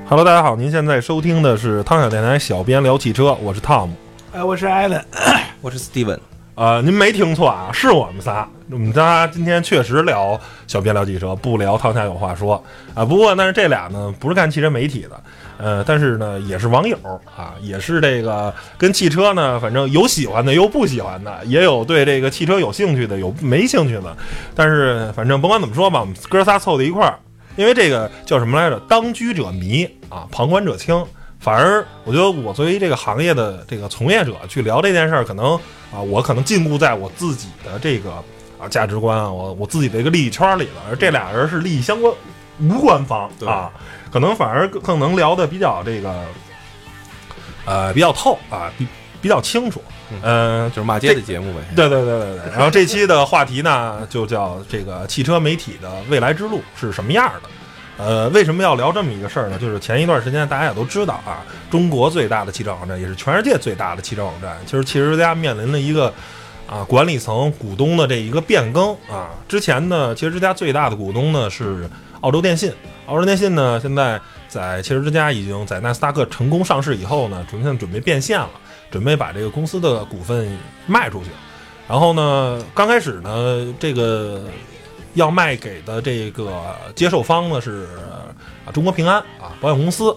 Hello， 大家好，您现在收听的是汤小电台小编聊汽车，我是 Tom， 我是 Allen， 我是 Steven。 您没听错啊，是我们仨。我们仨今天确实聊小编聊汽车，不聊汤下有话说啊。不过，但是这俩呢不是干汽车媒体的，但是呢也是网友啊，也是这个跟汽车呢，反正有喜欢的，有不喜欢的，也有对这个汽车有兴趣的，有没兴趣的。但是反正甭管怎么说吧，我们哥仨凑在一块儿。因为这个叫什么来着？当局者迷啊，旁观者清。反而我觉得我作为这个行业的这个从业者去聊这件事儿，可能啊，我可能禁锢在我自己的这个价值观啊，我自己的一个利益圈里了。而这俩人是利益相关无关方啊，可能反而更能聊得比较这个比较透啊，比较清楚。 就是骂街的节目呗。 对。然后这期的话题呢，就叫这个汽车媒体的未来之路是什么样的？为什么要聊这么一个事儿呢？就是前一段时间大家也都知道啊，中国最大的汽车网站，也是全世界最大的汽车网站，其实汽车之家面临了一个管理层股东的这一个变更啊。之前呢，汽车之家最大的股东呢是澳洲电信，澳洲电信呢现在在汽车之家已经在纳斯达克成功上市以后呢，现在准备变现了。准备把这个公司的股份卖出去，然后呢，刚开始呢，这个要卖给的这个接受方呢是中国平安啊保险公司。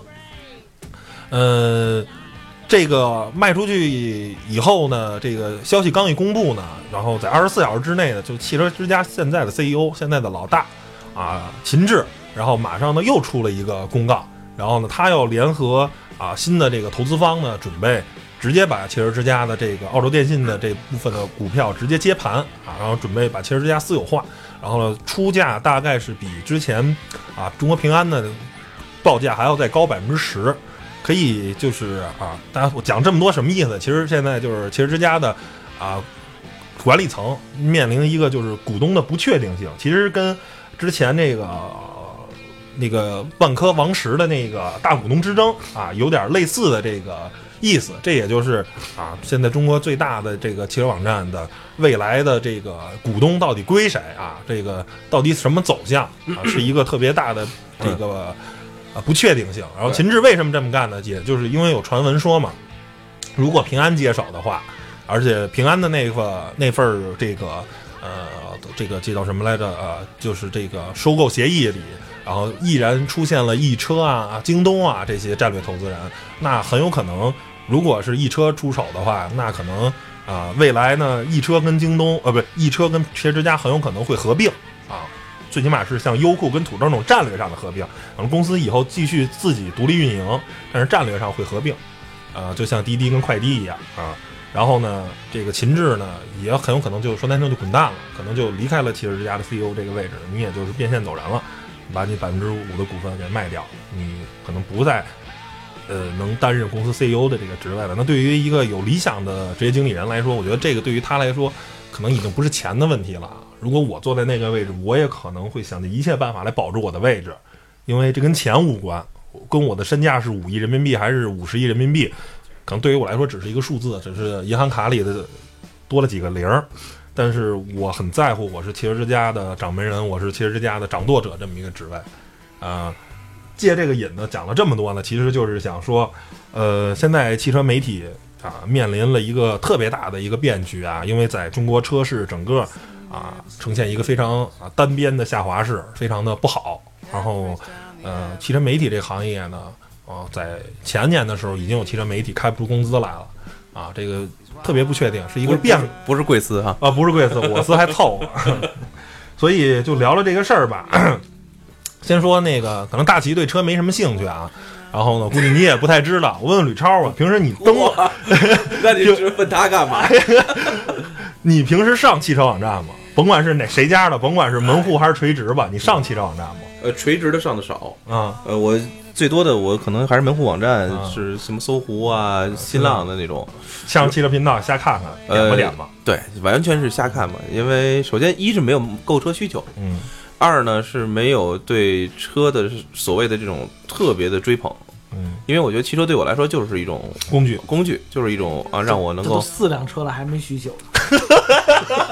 这个卖出去以后呢，这个消息刚一公布呢，然后在24小时之内呢，就汽车之家现在的 CEO 现在的老大秦志，然后马上呢又出了一个公告，然后呢他要联合新的这个投资方呢，准备直接把汽车之家的这个澳洲电信的这部分的股票直接接盘然后准备把汽车之家私有化，然后呢出价大概是比之前中国平安的报价还要再高10%，可以就是大家我讲这么多什么意思？其实现在就是汽车之家的管理层面临一个就是股东的不确定性，其实跟之前那个万科王石的那个大股东之争有点类似的这个意思。这也就是现在中国最大的这个汽车网站的未来的这个股东到底归谁这个到底什么走向是一个特别大的这个不确定性。然后秦志为什么这么干呢？也就是因为有传闻说嘛，如果平安接手的话，而且平安的那份这个叫什么来着就是这个收购协议里，然后毅然出现了易车京东这些战略投资人，那很有可能如果是易车出手的话，那可能未来呢易车跟京东易车跟汽车之家很有可能会合并最起码是像优酷跟土豆那种战略上的合并，可能公司以后继续自己独立运营，但是战略上会合并就像滴滴跟快滴一样然后呢，这个秦志呢也很有可能就说难听就滚蛋了，可能就离开了汽车之家的 CEO 这个位置，你也就是变现走人了，把你5%的股份给卖掉，你可能不再能担任公司 CEO 的这个职位了。那对于一个有理想的职业经理人来说，我觉得这个对于他来说可能已经不是钱的问题了。如果我坐在那个位置，我也可能会想尽一切办法来保住我的位置，因为这跟钱无关，跟我的身价是5亿人民币还是50亿人民币，可能对于我来说只是一个数字，只是银行卡里的多了几个零，但是我很在乎，我是汽车之家的掌门人，我是汽车之家的掌舵者这么一个职位借这个引子讲了这么多呢，其实就是想说现在汽车媒体面临了一个特别大的一个变局因为在中国车市整个呈现一个非常单边的下滑式，非常的不好。然后汽车媒体这个行业呢在前年的时候已经有汽车媒体开不出工资来了这个特别不确定，是一个不是贵司不是贵司，我司还凑合所以就聊了这个事儿吧先说那个可能大齐对车没什么兴趣然后呢估计你也不太知道，我问问吕超平时你登那你是问他干嘛你平时上汽车网站吗？甭管是谁家的，甭管是门户还是垂直吧，你上汽车网站吗？ 垂直的上的少我最多的我可能还是门户网站，是什么搜狐新浪的那种， 像汽车频道瞎看看点吧对，完全是瞎看嘛。因为首先一是没有购车需求，二呢是没有对车的所谓的这种特别的追捧，因为我觉得汽车对我来说就是一种工具，就是一种让我能够 4辆车了还没需求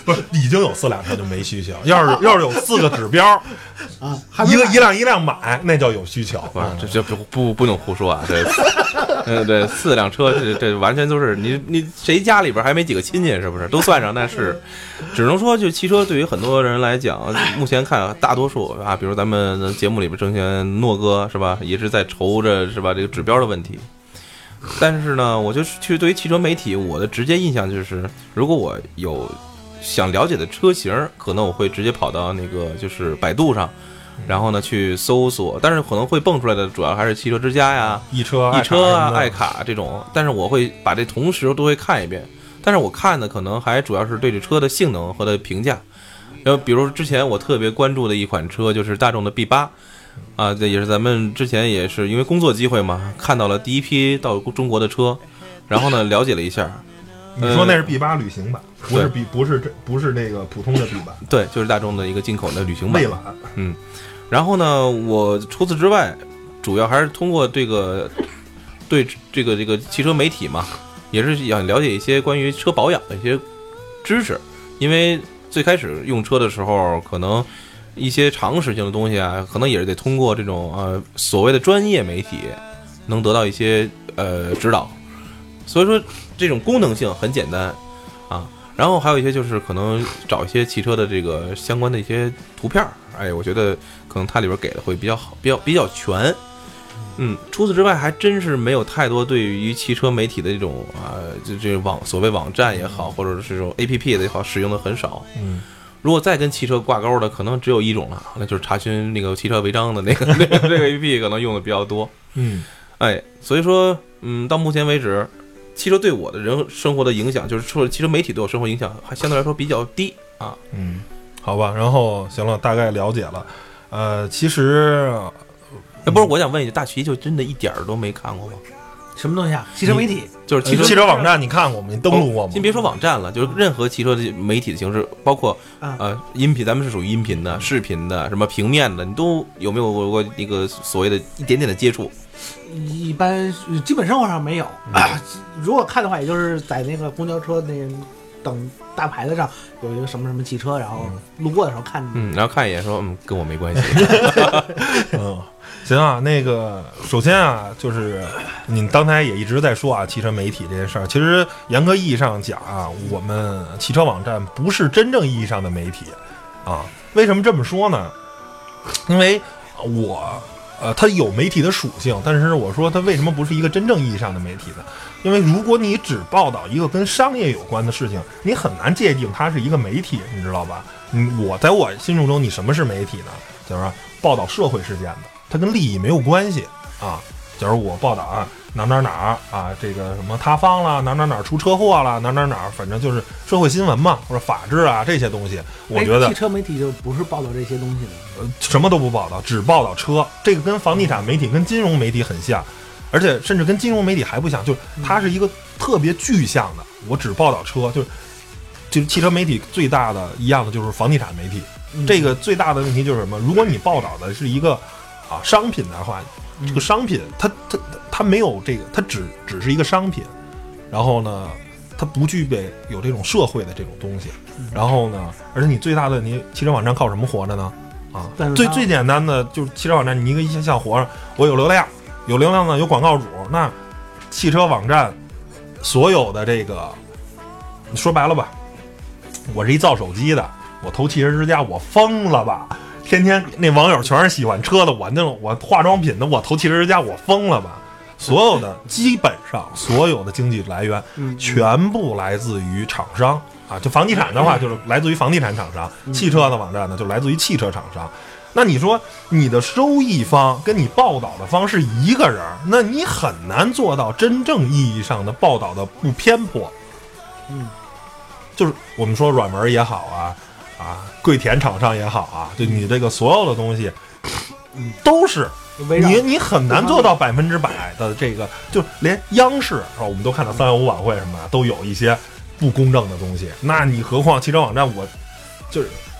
不是已经有4辆车就没需求，要是有4个指标啊， 一辆买，那叫有需求。 这不能胡说啊！对，4辆车，这完全都是你谁家里边还没几个亲戚，是不是都算上？但是只能说，就汽车对于很多人来讲，目前看大多数啊，比如咱们节目里边正贤诺哥是吧，也是在愁着是吧这个指标的问题。但是呢，我就去对于汽车媒体，我的直接印象就是，如果我有想了解的车型，可能我会直接跑到那个就是百度上，然后呢去搜索，但是可能会蹦出来的主要还是汽车之家呀、 易车啊、爱卡这种，但是我会把这同时都会看一遍，但是我看的可能还主要是对这车的性能和的评价。然后比如之前我特别关注的一款车就是大众的 B8。啊，这也是咱们之前也是因为工作机会嘛，看到了第一批到中国的车，然后呢了解了一下。 你说那是 B8 旅行版，不是那个普通的 B 版， 对，就是大众的一个进口的旅行版。 蔚蓝， 然后呢，我除此之外，主要还是通过这个对这个汽车媒体嘛，也是想了解一些关于车保养的一些知识，因为最开始用车的时候可能。一些常识性的东西啊，可能也是得通过这种所谓的专业媒体，能得到一些指导。所以说这种功能性很简单啊，然后还有一些就是可能找一些汽车的这个相关的一些图片，哎，我觉得可能它里边给的会比较好，比较全。除此之外还真是没有太多对于汽车媒体的这种这所谓网站也好，或者是这种 APP 的也好，使用的很少。如果再跟汽车挂钩的，可能只有一种了，那就是查询那个汽车违章的那个这个 APP 可能用的比较多。所以说，到目前为止，汽车对我的人生活的影响，就是说汽车媒体对我生活影响，还相对来说比较低啊。 好吧，然后行了，大概了解了。其实， 不是，我想问一下，大齐就真的一点儿都没看过吗？ 什么东西啊？汽车媒体就是汽车网站，你看过吗？你登录过吗？ 先别说网站了，就是任何汽车的媒体的形式，包括音频，咱们是属于音频的、视频的、什么平面的，你都有没有过一个所谓的一点点的接触？ 一般基本生活上没有。如果看的话，也就是在那个公交车那等大牌子上有一个什么什么汽车，然后路过的时候看， 然后看一眼说，跟我没关系。 行啊，那个首先啊，就是你刚才也一直在说啊，汽车媒体这件事儿，其实严格意义上讲啊，我们汽车网站不是真正意义上的媒体啊。为什么这么说呢？因为它有媒体的属性，但是我说它为什么不是一个真正意义上的媒体呢？因为如果你只报道一个跟商业有关的事情，你很难界定它是一个媒体，你知道吧？在我心目中，你什么是媒体呢？就是报道社会事件的。它跟利益没有关系啊。假如我报道哪啊，这个什么塌方了，哪出车祸了，哪，反正就是社会新闻嘛，或者法治啊这些东西，我觉得汽车媒体就不是报道这些东西的， 什么都不报道，只报道车。这个跟房地产媒体、跟金融媒体很像，而且甚至跟金融媒体还不像，就是它是一个特别具象的，我只报道车，就是汽车媒体最大的一样的就是房地产媒体。这个最大的问题就是什么？如果你报道的是一个商品的话，这个商品它没有这个，它只是一个商品，然后呢，它不具备有这种社会的这种东西，然后呢，而且你最大的你汽车网站靠什么活着呢？最简单的就是汽车网站，你一个一项活着，我有流量呢，有广告主，那汽车网站所有的这个，说白了吧，我是一造手机的，我投汽车之家，我疯了吧？天天那网友全是喜欢车的，我化妆品的，我投汽车之家，我疯了吧？所有的基本上所有的经济来源，全部来自于厂商啊。就房地产的话，就是来自于房地产厂商；汽车的网站呢，就来自于汽车厂商。那你说你的收益方跟你报道的方是一个人，那你很难做到真正意义上的报道的不偏颇。就是我们说软文也好跪田厂商也好就你这个所有的东西，都是你很难做到100%的这个，就连央视我们都看到315晚会什么的都有一些不公正的东西，那你何况汽车网站，我就是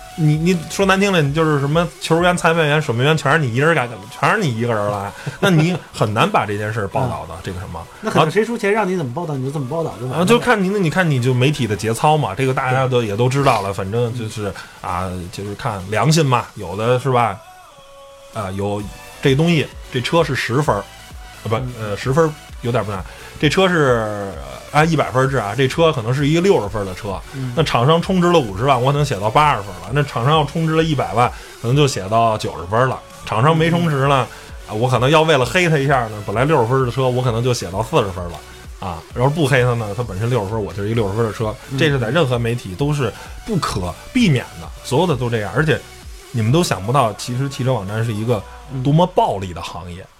你说难听了，你就是什么球员、裁判员、守门员，全是你一人干，全是你一个人来，那你很难把这件事报道的这个什么。 那可能谁出钱让你怎么报道你就怎么报道，对吧？ 就看你看你就媒体的节操嘛，这个大家也都知道了，反正就是就是看良心嘛，有的是吧？有这东西，这车是10分，10分有点不大，这车是按100分制啊，这车可能是一个60分的车，那厂商充值了50万，我可能写到80分了，那厂商要充值了100万，可能就写到90分了，厂商没充值呢，我可能要为了黑他一下呢，本来60分的车，我可能就写到40分了啊，然后不黑他呢，他本身60分，我就是一60分的车，这是在任何媒体都是不可避免的，所有的都这样，而且你们都想不到，其实汽车网站是一个多么暴利的行业。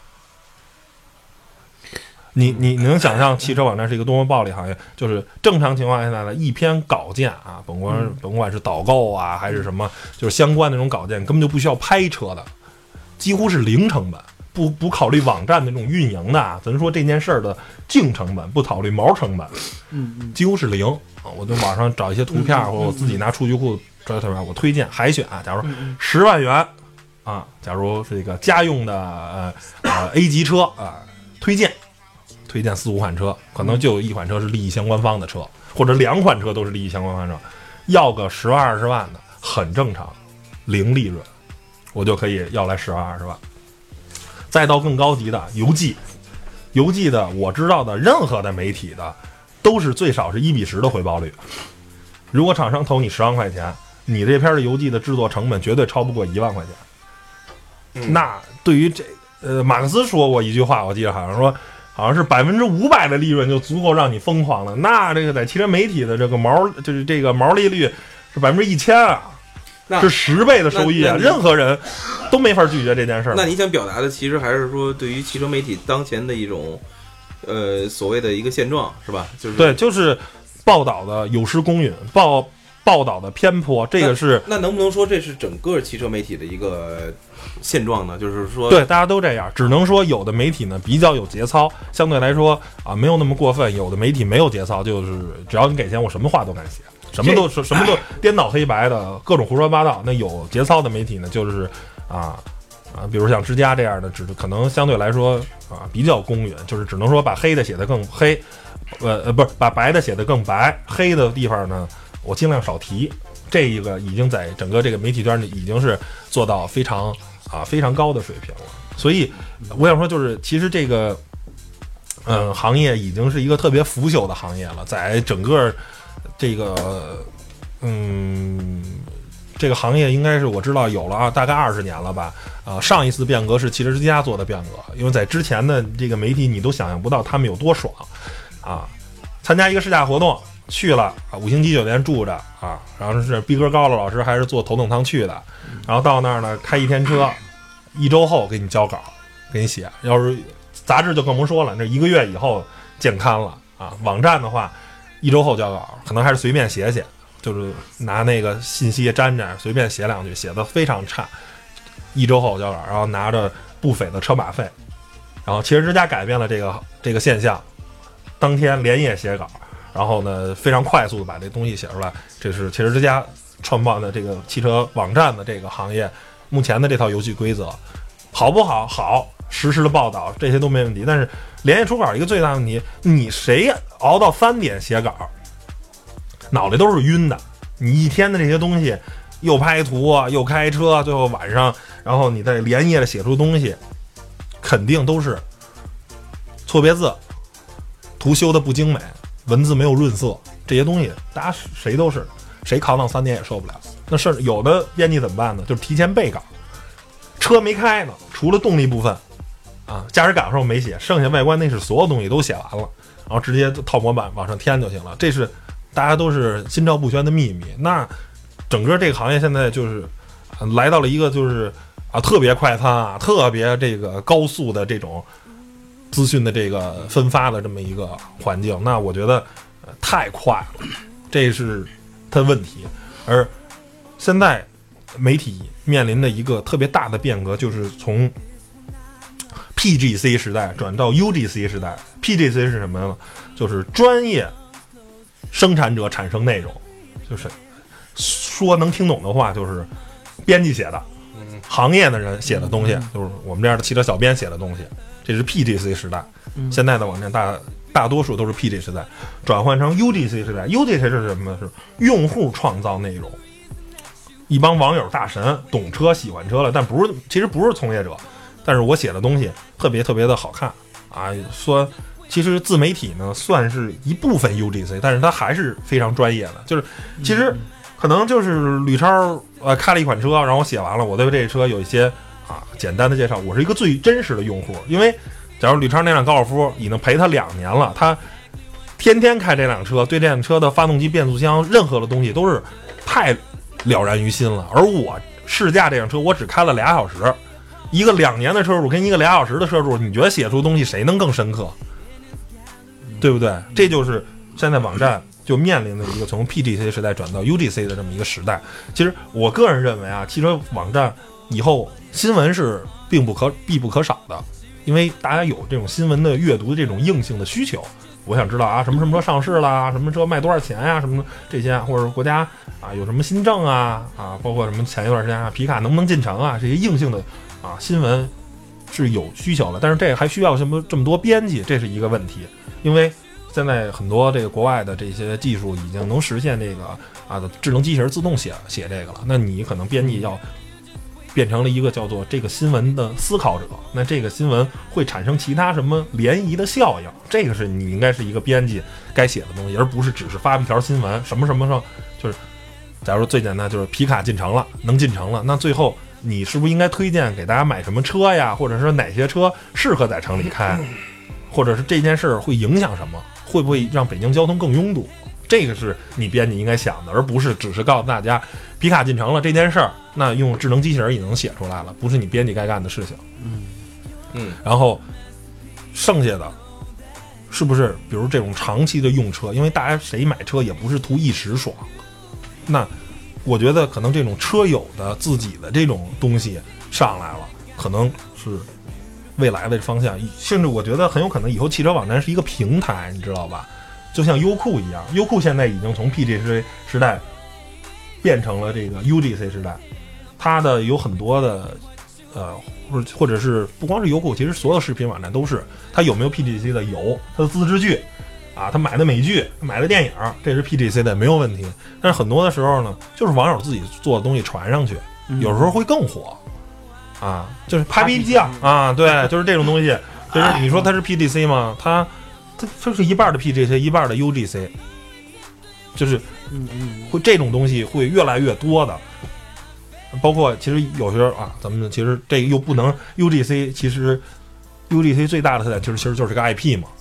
你能想象汽车网站是一个多么暴利行业？就是正常情况下呢，一篇稿件啊，甭管是导购啊还是什么，就是相关的那种稿件，根本就不需要拍车的，几乎是零成本，不考虑网站的这种运营的啊，咱说这件事儿的净成本，不考虑毛成本，几乎是零啊。我在网上找一些图片，或者我自己拿数据库找图片，我推荐海选啊，假如10万元啊，假如是一个家用的A 级车啊，推荐4、5款车，可能就有1款车是利益相关方的车，或者2款车都是利益相关方的车，要个10万20万的很正常，零利润，我就可以要来10万20万。再到更高级的邮寄的，我知道的任何的媒体的，都是最少是1:10的回报率。如果厂商投你10万块钱，你这篇的邮寄的制作成本绝对超不过1万块钱。那对于马克思说过一句话，我记得好像是500%的利润就足够让你疯狂了。那这个在汽车媒体的这个毛利率是1000%啊，是10倍的收益啊！任何人都没法拒绝这件事儿。 那你想表达的其实还是说，对于汽车媒体当前的一种所谓的一个现状，是吧？ 就是报道的有失公允，报道的偏颇，这个是那能不能说这是整个汽车媒体的一个现状呢？就是说， 对，大家都这样，只能说有的媒体呢比较有节操，相对来说没有那么过分；有的媒体没有节操，就是只要你给钱，我什么话都敢写，什么都颠倒黑白的，各种胡说八道。那有节操的媒体呢，就是比如像之家这样的，可能相对来说比较公允，就是只能说把黑的写得更黑，不是把白的写得更白，黑的地方呢我尽量少提。这一个已经在整个这个媒体圈里已经是做到非常高的水平了。所以我想说，就是其实这个行业已经是一个特别腐朽的行业了，在整个这个这个行业应该是我知道有了大概20年了吧。上一次变革是汽车之家做的变革，因为在之前的这个媒体你都想象不到他们有多爽啊！参加一个试驾活动去了5星级酒店住着然后是逼格高的老师还是坐头等舱去的，然后到那儿呢开1天车，1周后给你交稿给你写，要是杂志就更甭说了，那1个月以后见刊了网站的话1周后交稿，可能还是随便写，就是拿那个信息粘着随便写2句，写的非常差，1周后交稿，然后拿着不菲的车马费。然后汽车之家改变了这个现象，当天连夜写稿，然后呢非常快速的把这东西写出来。这是汽车之家创办的这个汽车网站的这个行业目前的这套游戏规则，好不好？好，实时的报道这些都没问题。但是连夜出稿一个最大问题，你谁熬到3点写稿，脑袋都是晕的。你一天的这些东西，又拍图又开车，最后晚上，然后你再连夜的写出东西，肯定都是错别字，图修的不精美，文字没有润色，这些东西大家谁都是，谁扛到3点也受不了。那是有的编辑怎么办呢？就是提前备稿，车没开呢，除了动力部分驾驶岗上没写，剩下外观内饰所有东西都写完了，然后直接套模板往上添就行了。这是大家都是心照不宣的秘密。那整个这个行业现在就是来到了一个就是特别快餐特别这个高速的这种资讯的这个分发的这么一个环境。那我觉得太快了，这是它的问题。而现在媒体面临的一个特别大的变革，就是从 PGC 时代转到 UGC 时代。PGC 是什么呢？就是专业生产者产生内容，就是说能听懂的话，就是编辑写的，行业的人写的东西，就是我们这样的汽车小编写的东西，这是 PGC 时代。现在的网站大多数都是 PG 时代，转换成 UGC 时代。UGC 是什么呢？是用户创造内容，一帮网友大神懂车喜欢车了，但其实不是从业者，但是我写的东西特别特别的好看啊。说其实自媒体呢算是一部分 UGC， 但是它还是非常专业的，就是其实可能就是吕超开了一款车，然后我写完了，我对这车有一些简单的介绍，我是一个最真实的用户，因为假如吕超那辆高尔夫已经陪他2年了，他天天开这辆车，对这辆车的发动机、变速箱任何的东西都是太了然于心了。而我试驾这辆车，我只开了2小时，一个2年的车主跟一个2小时的车主，你觉得写出东西谁能更深刻？对不对？这就是现在网站就面临的一个从 PGC 时代转到 UGC 的这么一个时代。其实我个人认为汽车网站以后新闻是必不可少的。因为大家有这种新闻的阅读的这种硬性的需求，我想知道什么车上市啦，什么车卖多少钱呀，什么这些，或者国家有什么新政包括什么前一段时间皮卡能不能进城这些硬性的新闻是有需求的，但是这还需要这么多编辑，这是一个问题。因为现在很多这个国外的这些技术已经能实现这个智能机器人自动写这个了，那你可能编辑要变成了一个叫做这个新闻的思考者，那这个新闻会产生其他什么涟漪的效应，这个是你应该是一个编辑该写的东西，而不是只是发一条新闻什么什么上，就是假如最简单就是皮卡进城了，能进城了，那最后你是不是应该推荐给大家买什么车呀，或者说哪些车适合在城里开，或者是这件事会影响什么，会不会让北京交通更拥堵，这个是你编辑应该想的，而不是只是告诉大家皮卡进城了这件事儿，那用智能机器人也能写出来了，不是你编辑该干的事情。然后剩下的是不是比如这种长期的用车，因为大家谁买车也不是图一时爽，那我觉得可能这种车友的自己的这种东西上来了，可能是未来的方向，甚至我觉得很有可能以后汽车网站是一个平台，你知道吧？就像优酷一样，优酷现在已经从 PGC 时代变成了这个 UGC 时代，它的有很多的或者是不光是优酷，其实所有视频网站都是，它有没有 PGC 的有，它的自制剧他买的美剧买的电影，这是 PGC 的没有问题，但是很多的时候呢，就是网友自己做的东西传上去，有时候会更火就是Papi酱对，就是这种东西，就是你说它是 PGC 吗？它是一半的 PGC 一半的 UGC， 就是会这种东西会越来越多的，包括其实有时候咱们其实这个又不能 UGC， 其实 UGC 最大的特点其实就是个 IP 嘛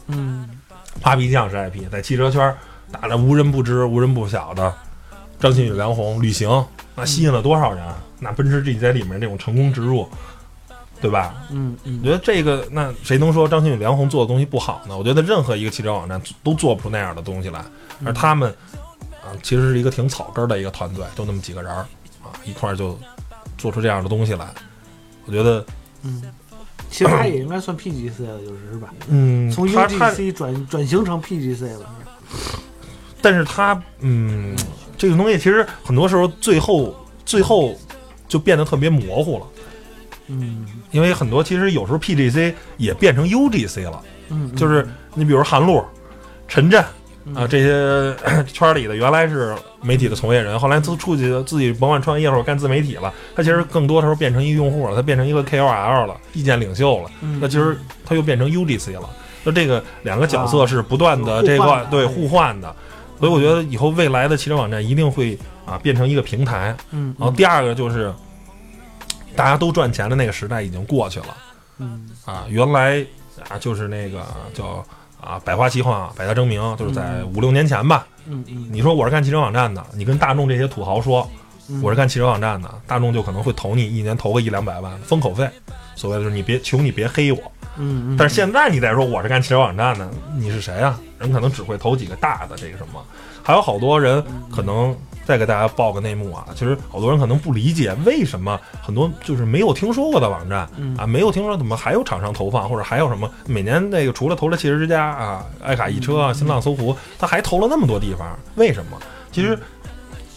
，Papi酱是 IP， 在汽车圈打得无人不知无人不晓的张馨予梁红旅行，那吸引了多少人，那奔驰 G 在里面这种成功植入，对吧？我觉得这个那谁能说张馨予梁红做的东西不好呢？我觉得任何一个汽车网站都做不出那样的东西来，而他们其实是一个挺草根的一个团队，就那么几个人一块就做出这样的东西来。我觉得其实他也应该算 PGC 了，是吧？从 UGC 转型成 PGC 了。 但是他这个东西其实很多时候最后就变得特别模糊了。因为很多其实有时候 PGC 也变成 UGC 了。就是你比如韩露、陈震这些圈里的原来是媒体的从业人，后来都出去自己甭管创业或者干自媒体了，他其实更多时候变成一个用户了，他变成一个 KOL 了，意见领袖了，那其实他又变成 UGC 了。就这个两个角色是不断的这个对互换的，所以我觉得以后未来的汽车网站一定会变成一个平台。然后第二个就是大家都赚钱的那个时代已经过去了。原来就是那个叫百花齐放百家争鸣，就是在5-6年前吧。你说我是干汽车网站的，你跟大众这些土豪说我是干汽车网站的，大众就可能会投你一年投个100-200万封口费，所谓的就是求你别黑我。但是现在你再说我是干汽车网站的，你是谁啊？人可能只会投几个大的这个什么，还有好多人可能再给大家报个内幕其实好多人可能不理解为什么很多就是没有听说过的网站没有听说怎么还有厂商投放，或者还有什么每年那个除了投了汽车之家爱卡易车新浪搜狐，他还投了那么多地方，为什么？其实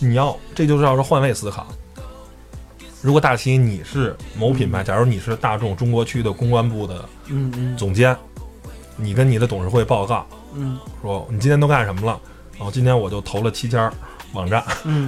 这就是要是换位思考。如果大齐你是某品牌，假如你是大众中国区的公关部的总监，你跟你的董事会报告，说你今天都干什么了？然后今天我就投了7家网站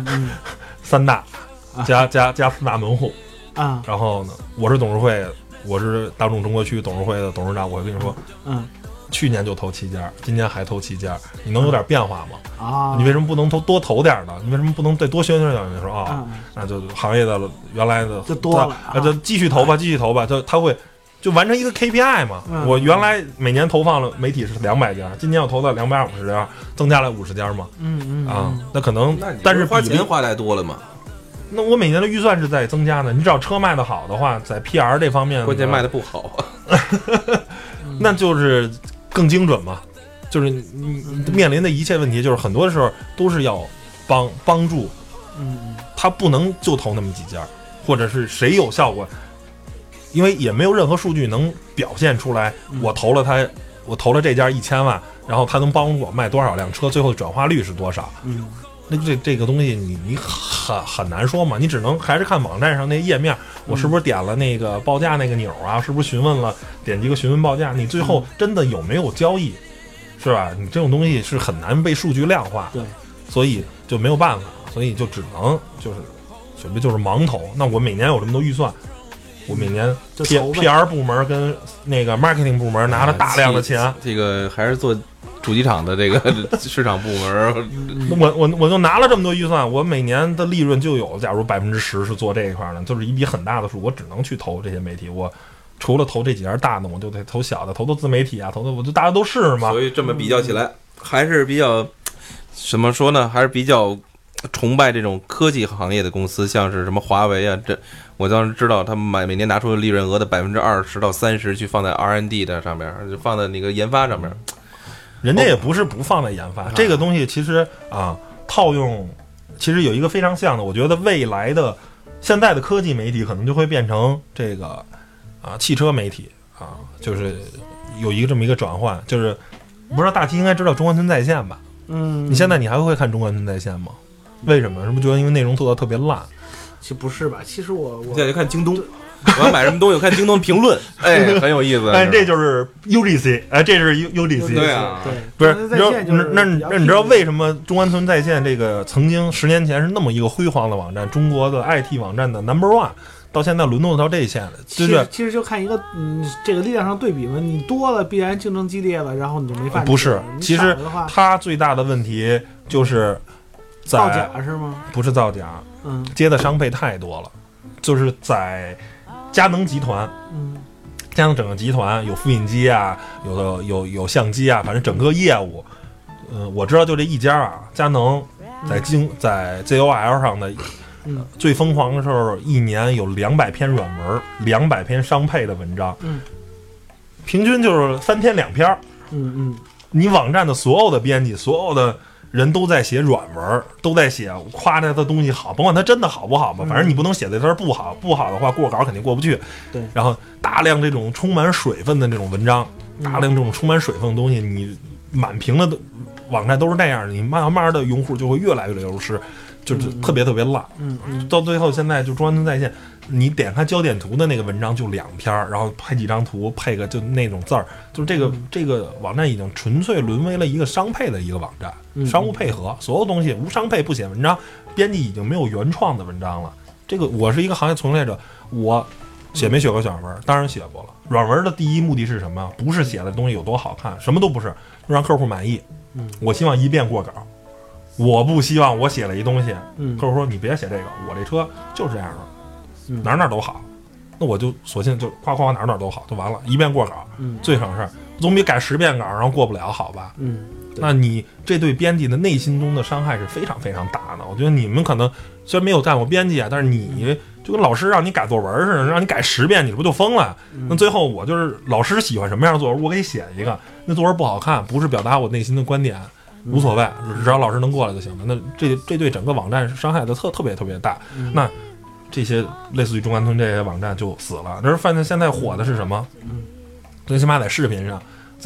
，3大加4大门户啊。 然后呢，我是董事会，我是大众中国区董事会的董事长，我会跟你说，去年就投7家，今年还投7家，你能有点变化吗？ 啊， 你为什么不能多投点呢？你为什么不能再多宣传点？你说啊，那就行业的原来的就多了， 就继续投吧，继续投吧，就他会就完成一个 KPI 嘛。我原来每年投放了媒体是200家，今年要投到250家，增加了50家嘛。那可能，但是花钱花太多了嘛。 那我每年的预算是在增加的。你只要车卖的好的话，在 PR 这方面， 关键卖的不好那就是更精准嘛。就是你面临的一切问题，就是很多时候都是要帮助，他不能就投那么几家，或者是谁有效果，因为也没有任何数据能表现出来，我投了这家1000万，然后他能帮我卖多少辆车，最后转化率是多少？那这个东西你很难说嘛，你只能还是看网站上那页面，我是不是点了那个报价那个钮啊？是不是询问了点击个询问报价？你最后真的有没有交易？是吧？你这种东西是很难被数据量化， 对， 所以就没有办法，所以就只能就是准备就是盲投。那我每年有这么多预算，我每年 PR 部门跟那个 marketing 部门拿了大量的钱， 这个还是做主机厂的这个市场部门， 我就拿了这么多预算，我每年的利润就有，假如10%是做这一块的，就是一笔很大的数，我只能去投这些媒体，我。除了投这几家大的，我就得投小的，投自媒体啊，投的我就大家都是嘛。 所以这么比较起来，还是比较怎么说呢？还是比较崇拜这种科技行业的公司，像是什么华为啊，这我当时知道他们每年拿出的利润额的20%到30%去放在 R&D 的上面，就放在那个研发上面。 人家也不是不放在研发，这个东西其实套用，其实有一个非常像的，我觉得未来的现在的科技媒体可能就会变成这个。汽车媒体就是有这么一个转换，就是不知道大齐应该知道中关村在线吧？你现在你还会看中关村在线吗？为什么？是不是觉得因为内容做的特别烂？ 其实不是吧？其实我现在就看京东，我要买什么东西，我看京东评论，很有意思。 这就是 UGC， 这是 UGC。 对啊， 对， 不是那你知道为什么中关村在线这个曾经10年前是那么一个辉煌的网站，中国的 IT 网站的 No.1？到现在沦落到这一线了， 其实就看一个这个力量上对比嘛，你多了必然竞争激烈了，然后你就没法。 不是，其实它最大的问题就是造假是吗？ 不是造假，接的商配太多了，就是在佳能集团，佳能整个集团有复印机啊，有相机啊，反正整个业务，我知道就这一家佳能在 ZOL 上的。最疯狂的时候，一年有200篇软文，200篇商配的文章，平均就是3天2篇。你网站的所有的编辑，所有的人都在写软文，都在写夸他的东西好，甭管他真的好不好吧，反正你不能写的字不好，不好的话过稿肯定过不去。 对， 然后大量这种充满水分的这种文章，大量这种充满水分的东西，你满屏的网站都是那样的，你慢慢的用户就会越来越流失。就是特别烂，到最后现在就中关村在线，你点开焦点图的那个文章就2篇，然后配几张图，配个就那种字儿，就是这个网站已经纯粹沦为了一个商配的一个网站，商务配合，所有东西无商配不写文章，编辑已经没有原创的文章了。这个我是一个行业从业者，我写没写过软文？当然写过了。软文的第一目的是什么？不是写的东西有多好看，什么都不是，让客户满意。我希望一遍过稿。我不希望我写了一东西，客户说你别写这个，我这车就是这样的，哪都好，那我就索性就夸哪都好就完了，一遍过稿，最省事儿，总比改10遍稿然后过不了好吧？那你这对编辑的内心中的伤害是非常非常大的。我觉得你们可能虽然没有干过编辑但是你就跟老师让你改作文似的，让你改10遍，你不就疯了？那最后我就是老师喜欢什么样的作文，我给写一个，那作文不好看，不是表达我内心的观点。无所谓，只要老师能过来就行了。那这对整个网站伤害的特别大。那这些类似于中关村这些网站就死了。但是现在火的是什么？最起码在视频上 ，Zeller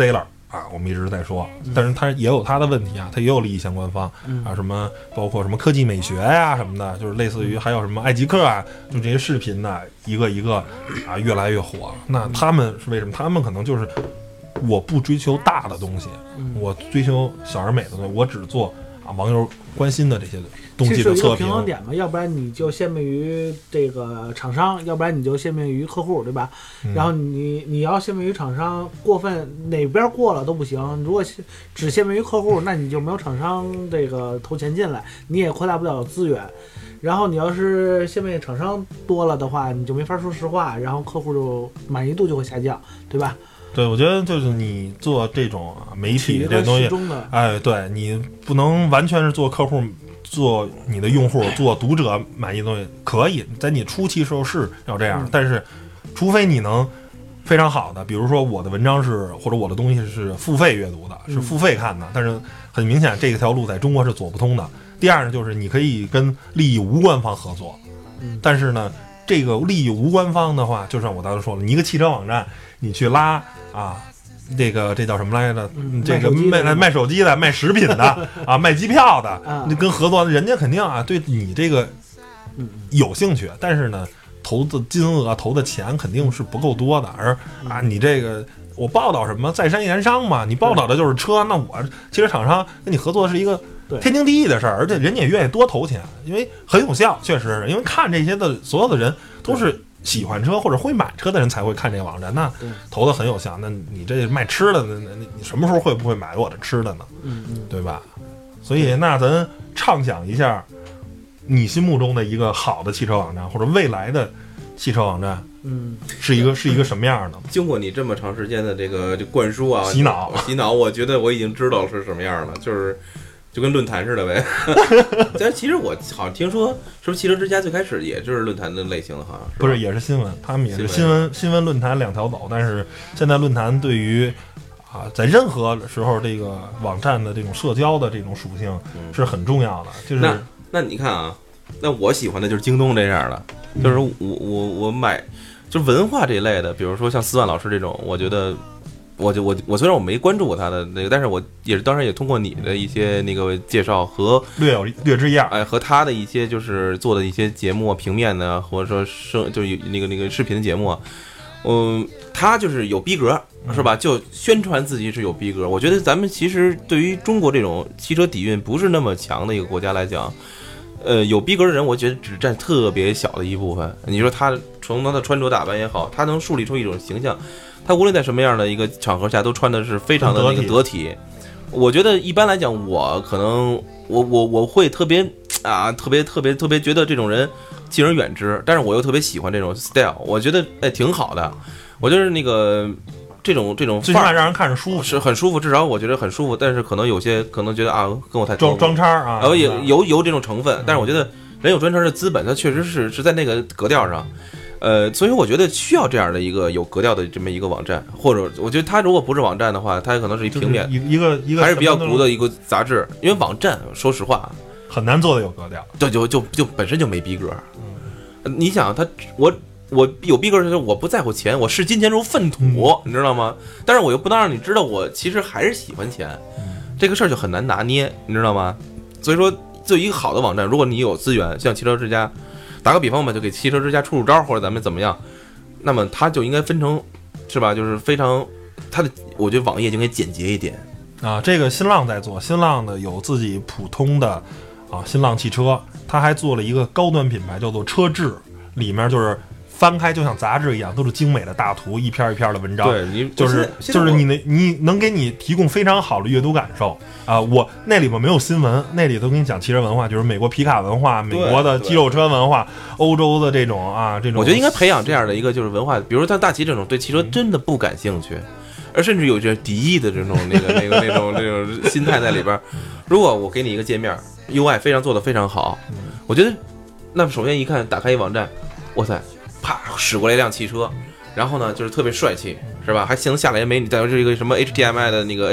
啊，我们一直在说，但是它也有它的问题啊，它也有利益相关方啊，什么包括什么科技美学呀、什么的，就是类似于还有什么爱极客啊，就这些视频呢，一个一个啊越来越火。那他们是为什么？他们可能就是我不追求大的东西，我追求小而美的东西，我只做啊网友关心的这些东西的测评。 平衡点嘛，要不然你就限命于这个厂商，要不然你就限命于客户，对吧？然后你要限命于厂商，过分哪边过了都不行。如果只限命于客户，那你就没有厂商这个投钱进来，你也扩大不了资源。然后你要是限命厂商多了的话，你就没法说实话，然后客户就满意度就会下降，对吧？ 对，我觉得就是你做这种媒体这东西，哎，对你不能完全是做客户。做你的用户，做读者满意的东西可以，在你初期时候是要这样，但是除非你能非常好的，比如说我的文章是或者我的东西是付费阅读的，是付费看的，但是很明显这条路在中国是走不通的。第二呢，就是你可以跟利益无关方合作，但是呢，这个利益无关方的话，就像我当时说了，你一个汽车网站，你去拉啊。这叫什么来着？这个卖手机的、卖食品的啊、卖机票的，你跟合作，人家肯定啊对你这个有兴趣，但是呢，投的金额、投的钱肯定是不够多的。而啊，你这个我报道什么在商言商嘛，你报道的就是车，那我汽车厂商跟你合作是一个天经地义的事儿，而且人家也愿意多投钱，因为很有效，确实是因为看这些的所有的人都是。喜欢车或者会买车的人才会看这个网站，那投的很有效。那你这卖吃的，你什么时候会不会买我的吃的呢？对吧？所以那咱畅想一下，你心目中的一个好的汽车网站或者未来的汽车网站，是一个什么样的？ 经过你这么长时间的这个灌输啊、 洗脑， 我觉得我已经知道是什么样了，就跟论坛似的呗。但其实我好像听说，是不是汽车之家最开始也就是论坛的类型的，好像是不是也是新闻，他们也是新闻论坛两条走。但是现在论坛对于在任何时候这个网站的这种社交的这种属性是很重要的。就是那你看啊，那我喜欢的就是京东这样的，就是我买就文化这一类的，比如说像思万老师这种，我觉得。我虽然我没关注过他的那个，但是我也是当然也通过你的一些那个介绍和略知一二， 和他的一些就是做的一些节目平面的或者说就是那个视频的节目，他就是有逼格是吧？就宣传自己是有逼格。我觉得咱们其实对于中国这种汽车底蕴不是那么强的一个国家来讲，有逼格的人，我觉得只占特别小的一部分。你说他从他的穿着打扮也好，他能树立出一种形象。他无论在什么样的一个场合下，都穿的是非常的那个得体。我觉得一般来讲，我可能我会特别觉得这种人敬而远之，但是我又特别喜欢这种 style， 我觉得挺好的。我就是那个这种最起码让人看着舒服， 是很舒服，至少我觉得很舒服。但是可能有些可能觉得啊，跟我太装叉啊， 然后也有这种成分，但是我觉得人有专长的资本，它确实是在那个格调上。所以我觉得需要这样的一个有格调的这么一个网站，或者我觉得它如果不是网站的话，它可能是一平面， 一个还是比较古的一个杂志。因为网站说实话很难做的有格调， 对，就本身就没逼格。你想我有逼格的时候，我不在乎钱，我视金钱如粪土，你知道吗？但是我又不能让你知道我其实还是喜欢钱，这个事儿就很难拿捏，你知道吗？所以说，就一个好的网站，如果你有资源，像汽车之家。打个比方吧，就给汽车之家出招，或者咱们怎么样，那么它就应该分成，是吧？就是非常，它的我觉得网页就应该简洁一点啊。这个新浪在做，新浪的有自己普通的新浪汽车，它还做了一个高端品牌叫做车志，里面就是翻开就像杂志一样，都是精美的大图，一篇一篇的文章。 对，你就是你能给你提供非常好的阅读感受啊！我那里面没有新闻，那里都跟你讲汽车文化，就是美国皮卡文化、美国的肌肉车文化、欧洲的这种这种。 我觉得应该培养这样的一个就是文化，比如像大齐这种对汽车真的不感兴趣，而甚至有些敌意的这种那种心态在里边。如果我给你一个界面 UI 非常做得非常好，我觉得那首先一看打开一网站，哇塞！啪驶过来一辆汽车，然后呢就是特别帅气，是吧？还能下来美女，再是一个什么 HTML 的那个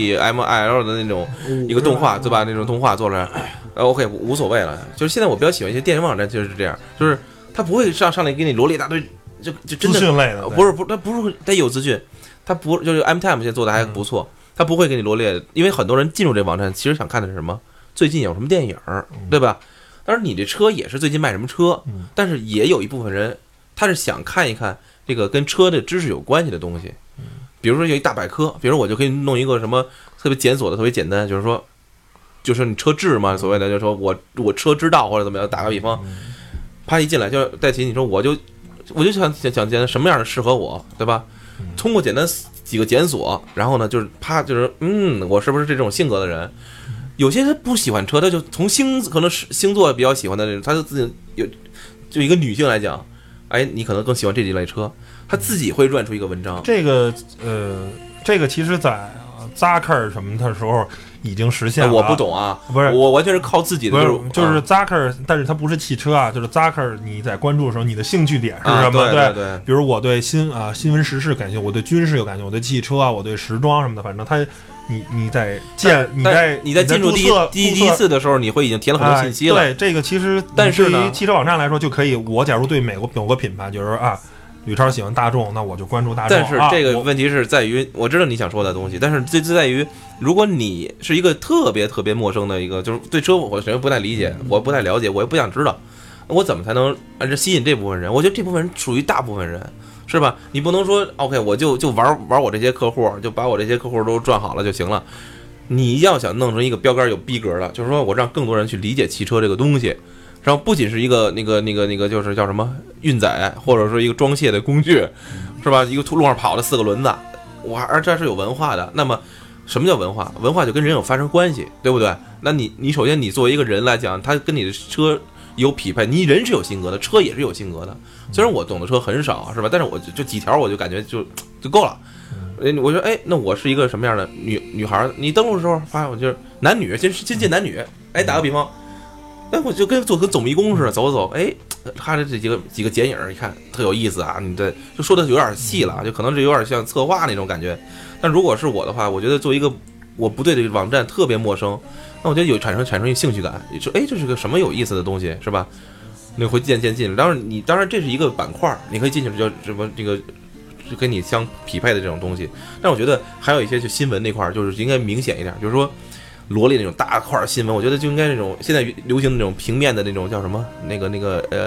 HTML 的那种一个动画，对吧？那种动画做出来，OK 无所谓了。就是现在我比较喜欢一些电影网站，就是这样，就是他不会上来给你罗列一大堆，就真的资讯类的， 不是他不是他有资讯，他不就是 MTime 现在做的还不错， 他不会给你罗列，因为很多人进入这网站其实想看的是什么，最近有什么电影，对吧？当然你这车也是最近卖什么车，但是也有一部分人他是想看一看这个跟车的知识有关系的东西，比如说有一大百科，比如我就可以弄一个什么特别检索的特别简单，就是说就是你车志嘛，所谓的就是说我车知道或者怎么样，打个比方，啪一进来就戴奇，你说我就想简单什么样的适合我，对吧？通过简单几个检索，然后呢就是啪就是我是不是这种性格的人？有些人不喜欢车，他就从可能是星座比较喜欢的人，他就自己就一个女性来讲，哎，你可能更喜欢这几类车，他自己会乱出一个文章。 这个其实在Zaker 什么的时候已经实现了。 我不懂啊， 不是， 我完全是靠自己的， 就是 Zaker，但是它不是汽车啊，就是 Zaker。你在关注的时候，你的兴趣点是什么？ 对， 比如我对新闻时事感兴趣，我对军事有感兴趣，我对汽车啊，我对时装什么的，反正它。你在进入第一次的时候，你会已经填了很多信息了。 对，这个其实，但是对于汽车网站来说就可以。我假如对某个品牌，就是吕超喜欢大众，那我就关注大众。 但是这个问题是在于，我知道你想说的东西，但是这在于，如果你是一个特别特别陌生的一个，就是对车我首先不太理解，我不太了解，我也不想知道，我怎么才能吸引这部分人？我觉得这部分人属于大部分人。是吧？你不能说 OK， 我就玩我这些客户，就把我这些客户都赚好了就行了。你要想弄成一个标杆有逼格的，就是说我让更多人去理解汽车这个东西，然后不仅是一个那个就是叫什么运载，或者说一个装卸的工具，是吧？一个路上跑的4个轮子，而这是有文化的。那么什么叫文化？文化就跟人有发生关系，对不对？那你首先你作为一个人来讲，他跟你的车有匹配，你人是有性格的，车也是有性格的。虽然我懂的车很少，是吧？但是我就几条，我就感觉就够了。我说，哎，那我是一个什么样的女孩？你登录的时候发现，我就是男女，先进男女。哎，打个比方，哎，我就跟走迷宫似的，走，哎，他的这几个剪影，一看特有意思啊。你这就说的有点细了，就可能是有点像策划那种感觉。但如果是我的话，我觉得作为一个我不对这个网站特别陌生，那我觉得产生一兴趣感，说，哎，这是个什么有意思的东西，是吧？你会渐进，当然这是一个板块，你可以进去叫什么这个就跟你相匹配的这种东西。但我觉得还有一些就新闻那块，就是应该明显一点，就是说罗列那种大块新闻，我觉得就应该那种现在流行的那种平面的那种叫什么那个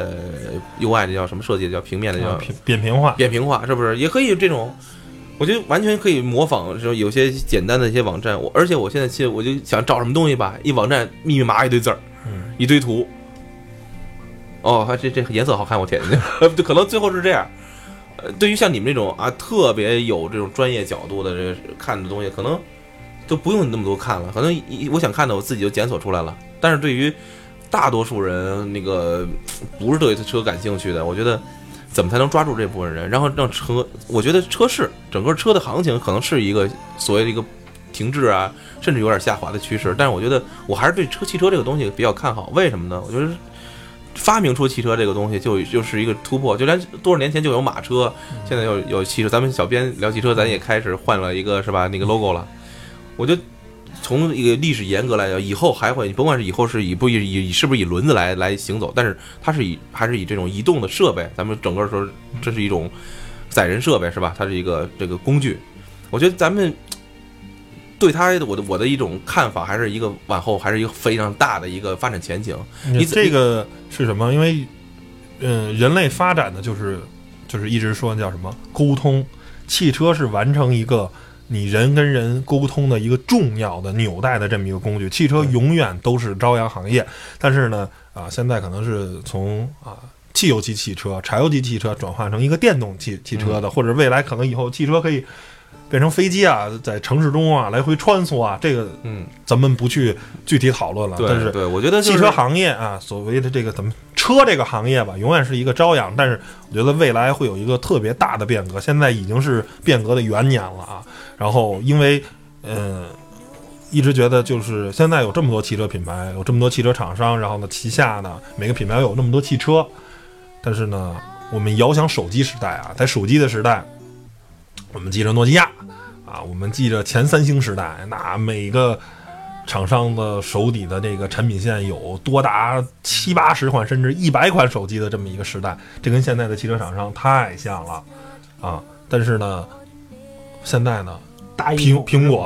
UI 的叫什么设计的叫平面的叫扁平化， 是不是也可以这种？我觉得完全可以模仿，说有些简单的一些网站，而且我现在我就想找什么东西吧，一网站密麻一堆字儿，一堆图。哦，这颜色好看，我舔进去，就可能最后是这样。对于像你们这种特别有这种专业角度的这看的东西，可能都不用那么多看了，可能我想看的我自己就检索出来了。但是对于大多数人，那个不是对车感兴趣的，我觉得怎么才能抓住这部分人，然后让车？我觉得车市整个车的行情可能是一个所谓的一个停滞啊，甚至有点下滑的趋势。但是我觉得我还是对汽车这个东西比较看好，为什么呢？我觉得发明出汽车这个东西就是一个突破，就连多少年前就有马车，现在有汽车。咱们小编聊汽车，咱也开始换了一个是吧那个 logo 了。我觉得从一个历史严格来讲，以后还会，你甭管是以后是是不是以轮子来行走，但是它还是以这种移动的设备，咱们整个说这是一种载人设备是吧？它是一个这个工具。我觉得咱们对它我的一种看法，还是一个往后还是一个非常大的一个发展前景。 你这个是什么？因为人类发展的就是一直说叫什么沟通，汽车是完成一个你人跟人沟通的一个重要的纽带的这么一个工具。汽车永远都是朝阳行业，但是呢现在可能是从汽油机汽车、柴油机汽车转换成一个电动汽车的，或者未来可能以后汽车可以变成飞机在城市中来回穿梭这个咱们不去具体讨论了。但是对，我觉得汽车行业所谓的这个车这个行业吧，永远是一个朝阳，但是我觉得未来会有一个特别大的变革，现在已经是变革的元年了然后因为一直觉得就是现在有这么多汽车品牌，有这么多汽车厂商，然后呢旗下呢每个品牌有那么多汽车，但是呢我们遥想手机时代在手机的时代，我们记着诺基亚我们记着前三星时代，那每个厂商的手底的这个产品线有多达70-80款甚至100款手机的这么一个时代，这跟现在的汽车厂商太像了但是呢现在呢苹果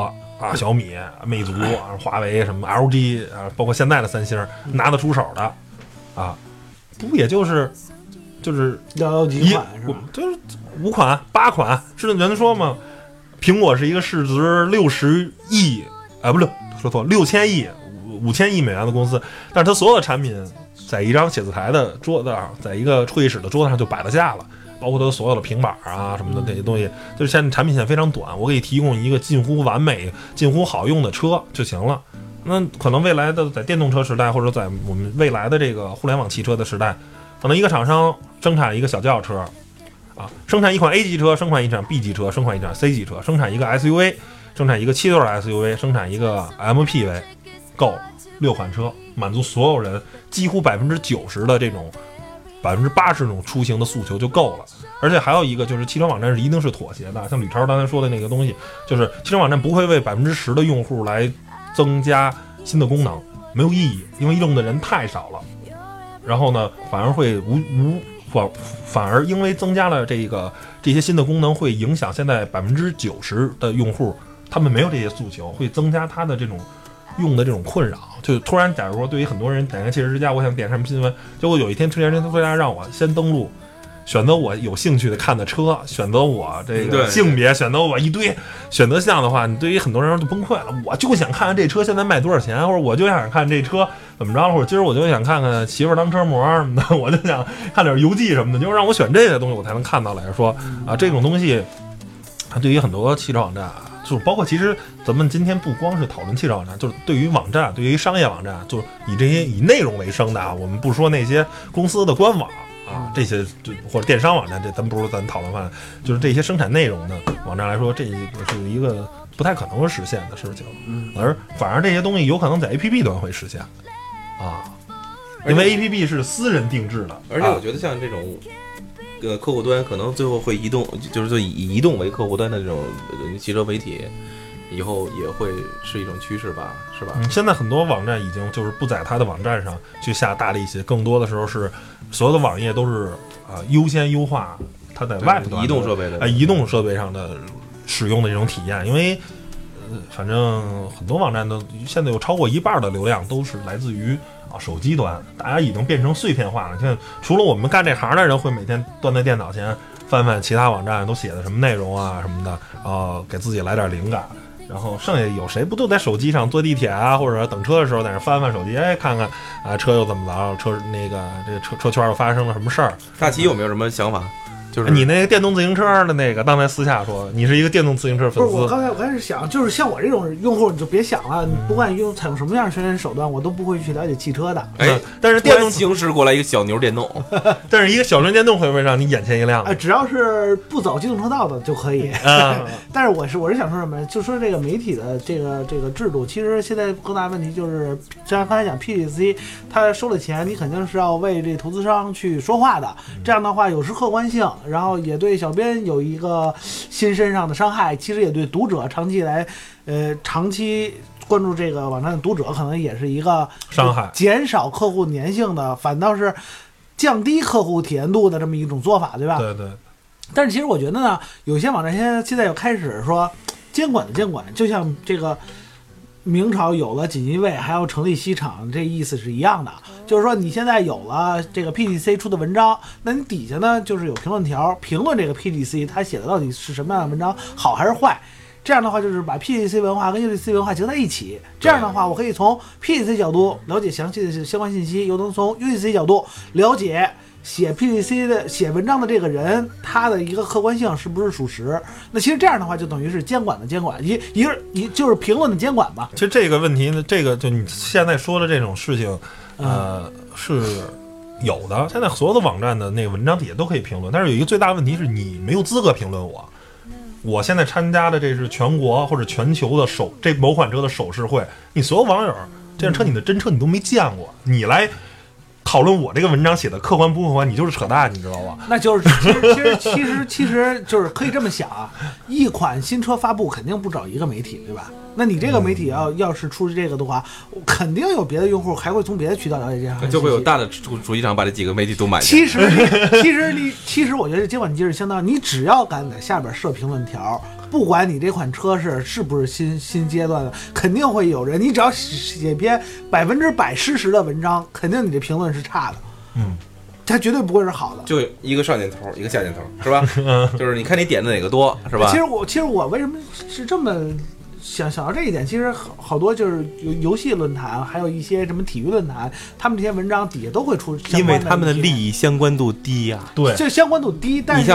啊，小米、魅族、华为什么 LG 啊，包括现在的三星拿得出手的啊，不也就是寥几款是吧？ 就是5款8款，是人说嘛，苹果是一个市值60亿不对，说错，6000亿5000亿美元的公司，但是它所有的产品在一张写字台的桌子上，在一个会议室的桌子上就摆得下了。包括它所有的平板啊什么的这些东西，就是现在产品线非常短，我给你提供一个近乎完美、近乎好用的车就行了。那可能未来的在电动车时代，或者在我们未来的这个互联网汽车的时代，可能一个厂商生产一个小轿车啊，生产一款 A 级车，生产一款 B 级车，生产一款 C 级车，生产一个 SUV， 生产一个7座 SUV， 生产一个 MPV， 够6款车满足所有人几乎90%的这种。80%这种出行的诉求就够了，而且还有一个就是汽车网站是一定是妥协的，像吕超刚才说的那个东西，就是汽车网站不会为10%的用户来增加新的功能，没有意义，因为用的人太少了。然后呢，反而会反而因为增加了这些新的功能，会影响现在90%的用户，他们没有这些诉求，会增加他的这种用的这种困扰。就突然假如说对于很多人点开汽车之家，我想点什么新闻，结果有一天突然让我先登录，选择我有兴趣的看的车，选择我这个性别，选择我一堆选择项的话，你对于很多人就崩溃了。我就想看看这车现在卖多少钱，或者我就想看这车怎么着，或者今儿我就想看看媳妇当车模什么的，我就想看点游记什么的，就是让我选这些东西我才能看到来说啊，这种东西它对于很多汽车网站就是包括其实咱们今天不光是讨论汽车网站，就是对于网站，对于商业网站，就是以这些以内容为生的啊，我们不说那些公司的官网啊，这些或者电商网站，这咱不如咱讨论话，就是这些生产内容的网站来说，这是一个不太可能实现的事情，而反而这些东西有可能在 APP 端会实现啊，因为 APP 是私人定制的， 而且我觉得像这种。客户端可能最后会移动，就是以移动为客户端的这种汽车媒体，以后也会是一种趋势吧，是吧？ 现在很多网站已经就是不在它的网站上去下大力气，更多的时候是所有的网页都是优先优化它在 Web 端移动设备的移动设备上的使用的这种体验，因为反正很多网站都现在有超过1半的流量都是来自于手机端，大家已经变成碎片化了。现在除了我们干这行的人会每天端在电脑前翻翻其他网站都写的什么内容啊什么的，给自己来点灵感。然后剩下有谁不都在手机上坐地铁啊，或者等车的时候在那翻翻手机，看看车又怎么着，车那个这个车圈又发生了什么事儿。 大齐有没有什么想法？就是你那个电动自行车的那个，刚才私下说你是一个电动自行车粉丝。 不是，我刚才是想，就是像我这种用户，你就别想了，你不管采用什么样的宣传手段，我都不会去了解汽车的。 但是电动行驶过来一个小牛电动， 但是一个小牛电动会不会让你眼前一亮？ 只要是不走机动车道的就可以。但是我是想说什么？就说这个媒体的这个制度，其实现在更大的问题就是，像刚才讲 PPC， 他收了钱，你肯定是要为这投资商去说话的。这样的话有失客观性。然后也对小编有一个心身上的伤害，其实也对读者长期关注这个网站的读者可能也是一个伤害， 减少客户粘性的，反倒是降低客户体验度的这么一种做法，对吧？ 对对。 但是其实我觉得呢，有些网站现在又开始说监管，就像这个明朝有了锦衣卫还要成立西厂，这意思是一样的，就是说你现在有了这个 PTC 出的文章，那你底下呢就是有评论条评论这个 PTC 它写的到底是什么样的文章，好还是坏。这样的话就是把 PTC 文化跟 UGC 文化结合在一起，这样的话我可以从 PTC 角度了解详细的相关信息，又能从 UGC 角度了解写 PTC 的写文章的这个人他的一个客观性是不是属实。那其实这样的话就等于是监管的监管，就是评论的监管吧。 其实这个问题呢，这个就你现在说的这种事情是有的，现在所有的网站的那个文章底下都可以评论，但是有一个最大的问题是你没有资格评论我现在参加的这是全国或者全球的这某款车的手试会，你所有网友这辆车你的真车你都没见过，你来讨论我这个文章写的客观不客观，你就是扯淡，你知道吧？ 那就是其实就是可以这么想啊，一款新车发布肯定不找一个媒体，对吧？ 那你这个媒体要是出这个的话，肯定有别的用户还会从别的渠道了解这样， 就会有大的主机厂把这几个媒体都买下。 其实我觉得监管机制相当，你只要敢在下边设评论条，不管你这款车是不是新阶段的，肯定会有人，你只要写篇100%事实的文章，肯定你这评论是差的。它绝对不会是好的， 就一个上箭头，一个下箭头，是吧？就是你看你点的哪个多，是吧？ 其实我为什么是这么想到这一点？其实好多就是游戏论坛，还有一些什么体育论坛，他们这些文章底下都会出相关的， 因为他们的利益相关度低呀。 对， 就相关度低。但是你像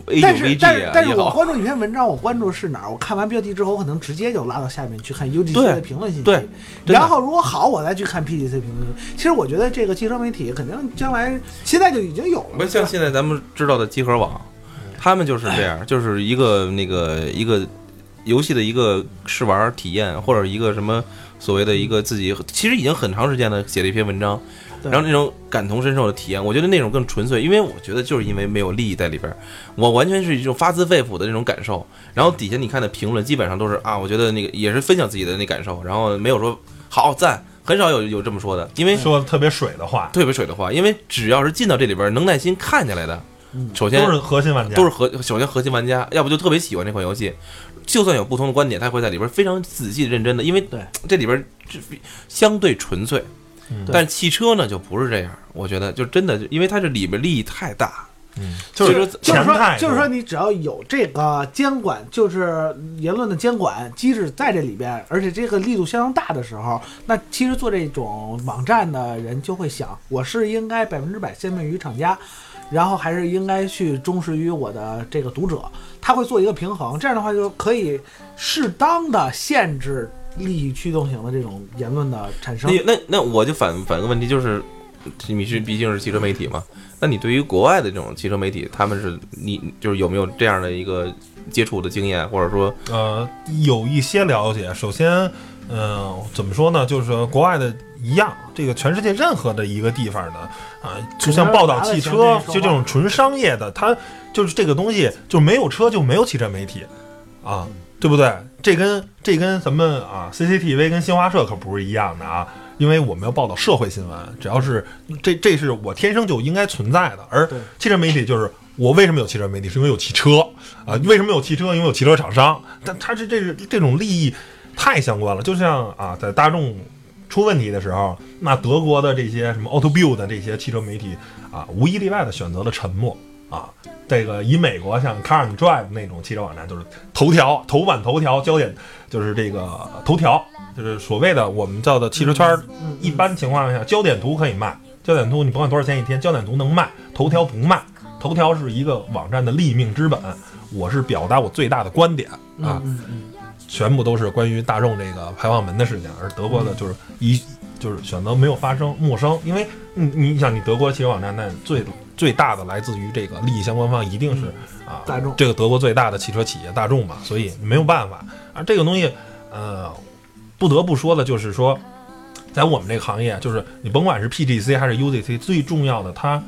A9VG 啊， 但是我关注一篇文章，我关注的是哪儿？我看完标题之后，我可能直接就拉到下面去看 UGC 的评论信息。 对， 然后如果好，我再去看 PGC 评论。其实我觉得这个汽车媒体肯定将来现在就已经有了。 不像现在咱们知道的集合网，他们就是这样，就是一个游戏的一个试玩体验，或者一个什么所谓的一个自己其实已经很长时间的写了一篇文章，然后那种感同身受的体验，我觉得那种更纯粹，因为我觉得就是因为没有利益在里边，我完全是一种发自肺腑的那种感受。然后底下你看的评论基本上都是啊，我觉得那个也是分享自己的那感受，然后没有说好赞，很少有这么说的，因为说的特别水的话， 因为只要是进到这里边能耐心看下来的，首先都是核心玩家， 首先核心玩家，要不就特别喜欢这款游戏，就算有不同的观点，他会在里边非常仔细认真的，因为这里边相对纯粹。但汽车呢就不是这样，我觉得就真的，因为它这里面利益太大。 就是说你只要有这个监管，就是言论的监管机制在这里边，而且这个力度相当大的时候，那其实做这种网站的人就会想，我是应该100%先面于厂家，然后还是应该去忠实于我的这个读者，他会做一个平衡，这样的话就可以适当的限制利益驱动型的这种言论的产生。 那我就反个问题，就是你毕竟是汽车媒体嘛，那你对于国外的这种汽车媒体，他们是你就是有没有这样的一个接触的经验，或者说有一些了解。首先怎么说呢，就是国外的一样，这个全世界任何的一个地方的就像报道汽车就这种纯商业的，它就是这个东西就没有车就没有汽车媒体啊，对不对？这跟咱们CCTV 跟新华社可不是一样的啊，因为我们要报道社会新闻，只要是这是我天生就应该存在的。而汽车媒体就是我为什么有汽车媒体，是因为有汽车啊。为什么有汽车？因为有汽车厂商，但它是这种利益太相关了。就像在大众出问题的时候，那德国的这些什么 Autobild 的这些汽车媒体无一例外的选择了沉默啊。这个以美国像 Car and Drive 那种汽车网站，就是头版头条焦点，就是这个头条，就是所谓的我们叫的汽车圈一般情况下焦点图可以卖，焦点图你甭管多少钱一天，焦点图能卖，头条不卖。头条是一个网站的立命之本，我是表达我最大的观点全部都是关于大众这个排放门的事情。而德国的就是选择没有发声，陌生，因为你想，你德国汽车网站那最大的来自于这个利益相关方一定是大众， 这个德国最大的汽车企业大众嘛，所以没有办法这个东西不得不说的就是说，在我们这个行业，就是你甭管是 PGC 还是 UGC， 最重要的它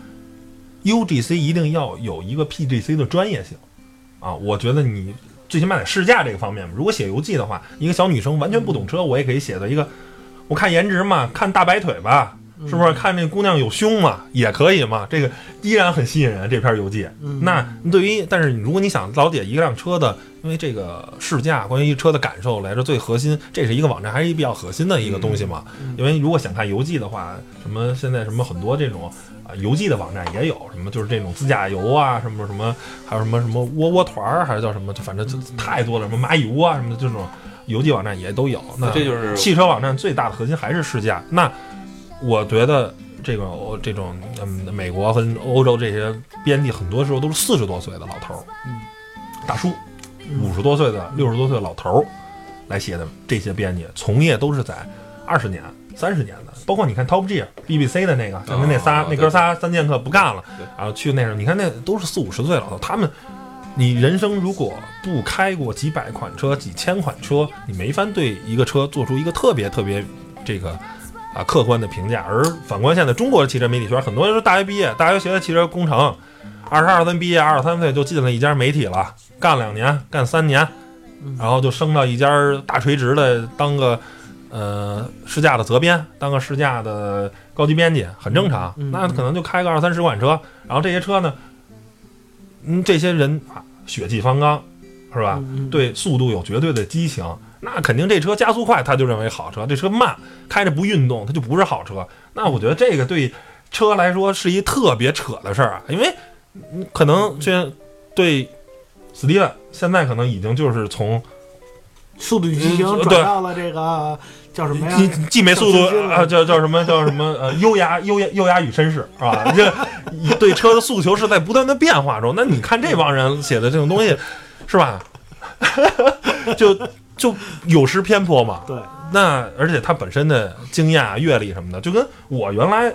UGC 一定要有一个 PGC 的专业性我觉得你最起码在试驾这个方面，如果写游记的话，一个小女生完全不懂车，我也可以写的一个，我看颜值嘛，看大白腿吧，是不是？看这姑娘有胸嘛，也可以嘛，这个依然很吸引人。这篇游记，那对于，但是如果你想了解一辆车的，因为这个试驾关于车的感受来说最核心，这是一个网站还是比较核心的一个东西嘛。因为如果想看游记的话，什么现在什么很多这种游记的网站也有，什么就是这种自驾游什么，还有什么窝团还是叫什么，反正就太多了，什么蚂蚁窝什么的这种游记网站也都有。那这就是汽车网站最大的核心还是试驾。那我觉得这种美国和欧洲这些编辑很多时候都是40多岁的老头大叔，50多岁的60多岁的老头来写的。这些编辑从业都是在20年30年的，包括你看 Top Gear BBC 的那个，咱们那哥仨三剑客不干了，然后去那时候，你看那都是40-50岁老头，他们你人生如果不开过几百款车几千款车，你没法对一个车做出一个特别这个客观的评价。而反观现在中国的汽车媒体圈，很多人是大学毕业，大学学的汽车工程，22、23毕业，23岁就进了一家媒体了，干2年干3年， 然后就升到一家大垂直的当个试驾的责编，当个试驾的高级编辑，很正常。那可能就开个20-30款车，然后这些车呢，这些人啊血气方刚，是吧？对速度有绝对的激情，那肯定这车加速快他就认为好车，这车慢开着不运动它就不是好车。那我觉得这个对车来说是一特别扯的事儿啊，因为可能对史蒂文现在可能已经就是从速度与激情转到了这个叫什么呀？ 既没速度啊，叫什么优雅与绅士是吧？这对车的诉求是在不断的变化中。那你看这帮人写的这种东西，是吧？就有失偏颇嘛。 对。 那而且他本身的经验啊、阅历什么的，就跟我原来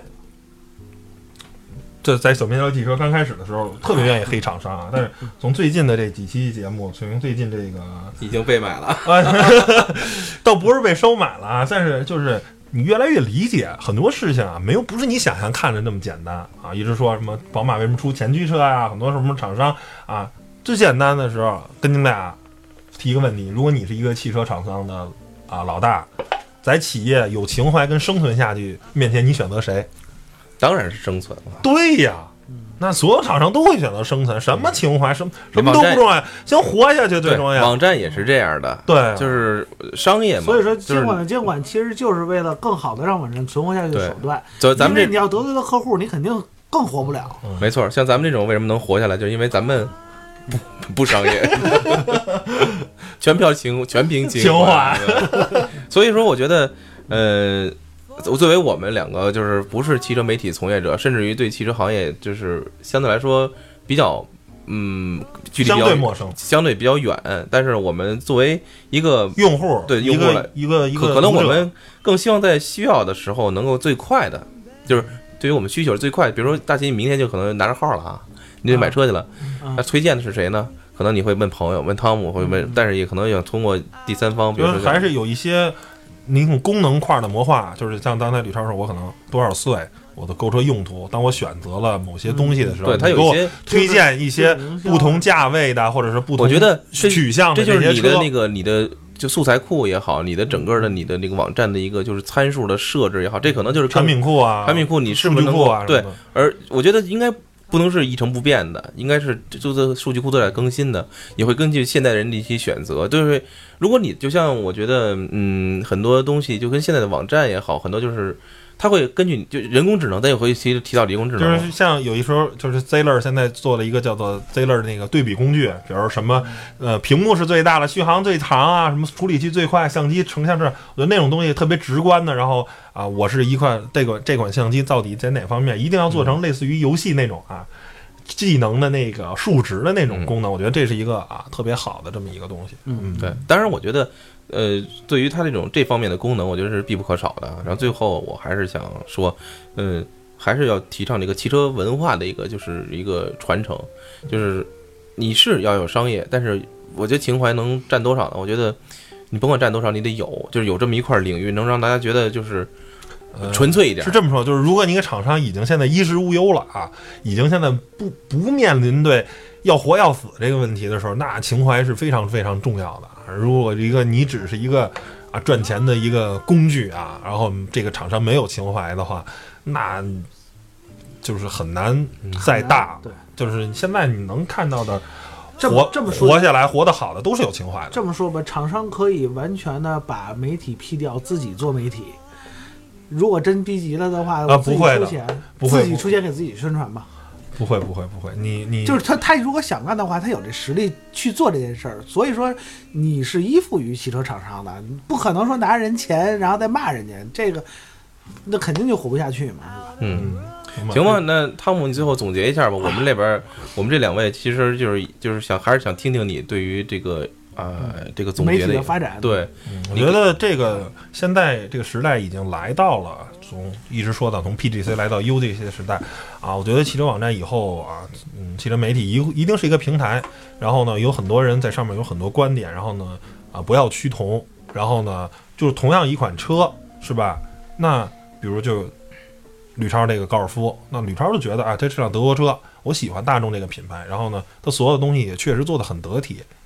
这在小面包汽车刚开始的时候，特别愿意黑厂商啊。但是从最近的这几期节目，从最近这个已经被买了， 倒不是被收买了啊，但是就是你越来越理解很多事情啊，不是你想象看着那么简单啊。一直说什么宝马为什么出前驱车呀，很多什么厂商啊，最简单的时候跟您俩提一个问题：如果你是一个汽车厂商的老大，在企业有情怀跟生存下去面前，你选择谁？ 当然是生存了。 对呀，那所有厂商都会选择生存，什么情怀，什么都不重要，先活下去最重要。 网站也是这样的， 对， 就是商业嘛。 所以说，监管的监管其实就是为了更好的让网站存活下去的手段。 咱们因为你要得罪了客户，你肯定更活不了。 没错，像咱们这种为什么能活下来，就是因为咱们不商业，全凭情怀。所以说，我觉得，作为我们两个就是不是汽车媒体从业者，甚至于对汽车行业就是相对来说比较距离相对陌生， 相对比较远，但是我们作为一个用户， 对用户来一个可能我们更希望在需要的时候能够最快的，就是对于我们需求是最快的。比如说大齐，你明天就可能拿着号了啊，你得买车去了，那推荐的是谁呢？可能你会问朋友，问汤姆，会问，但是也可能要通过第三方，比如说还是有一些那种功能块的魔化，就是像刚才吕超说，我可能多少岁，我的购车用途，当我选择了某些东西的时候， 对他有一些推荐一些不同价位的，或者是不同我觉得取向的这就是你的那个你的就素材库也好，你的整个的你的那个网站的一个就是参数的设置也好，这可能就是产品库啊， 产品库你是不是能够对？而我觉得应该不能是一成不变的，应该是就是数据库都在更新的，也会根据现代人的一些选择。就是如果你就像我觉得，很多东西就跟现在的网站也好，很多就是它会根据就人工智能，但也会提到人工智能。 就是像有一时候就是 Zler 现在做了一个叫做 Zler 那个对比工具，比如什么屏幕是最大的，续航最长啊，什么处理器最快，相机成像是，我觉得那种东西特别直观的。然后我是一块这款相机到底在哪方面，一定要做成类似于游戏那种技能的那个数值的那种功能，我觉得这是一个特别好的这么一个东西。 对，当然我觉得对于它这方面的功能，我觉得是必不可少的。然后最后我还是想说，还是要提倡这个汽车文化的一个就是一个传承，就是你是要有商业，但是我觉得情怀能占多少呢？我觉得你甭管占多少，你得有，就是有这么一块领域，能让大家觉得就是纯粹一点。 是这么说，就是如果你一个厂商已经现在衣食无忧了已经现在不面临对要活要死这个问题的时候，那情怀是非常非常重要的。如果你只是一个赚钱的一个工具然后这个厂商没有情怀的话，那就是很难再大。 对， 就是现在你能看到的这么说活下来活得好的都是有情怀的。 这么说吧，厂商可以完全的把媒体批掉，自己做媒体。如果真逼急了的话， 不会的，不会自己出钱给自己宣传吧。 不会，你就是他如果想干的话，他有这实力去做这件事儿。所以说，你是依附于汽车厂商的，不可能说拿人钱然后再骂人家，这个那肯定就活不下去嘛，是吧？行吧，那汤姆，你最后总结一下吧。我们这边，我们这两位其实就是还是想听听你对于这个这个总结的发展。 对， 我觉得这个现在这个时代已经来到了一直说到从 PGC 来到 UGC 的时代我觉得汽车网站以后汽车媒体一定是一个平台，然后呢有很多人在上面有很多观点，然后呢不要趋同，然后呢就是同样一款车是吧？那比如就吕超这个高尔夫，那吕超就觉得这是辆德国车，我喜欢大众这个品牌，然后呢他所有的东西也确实做得很得体，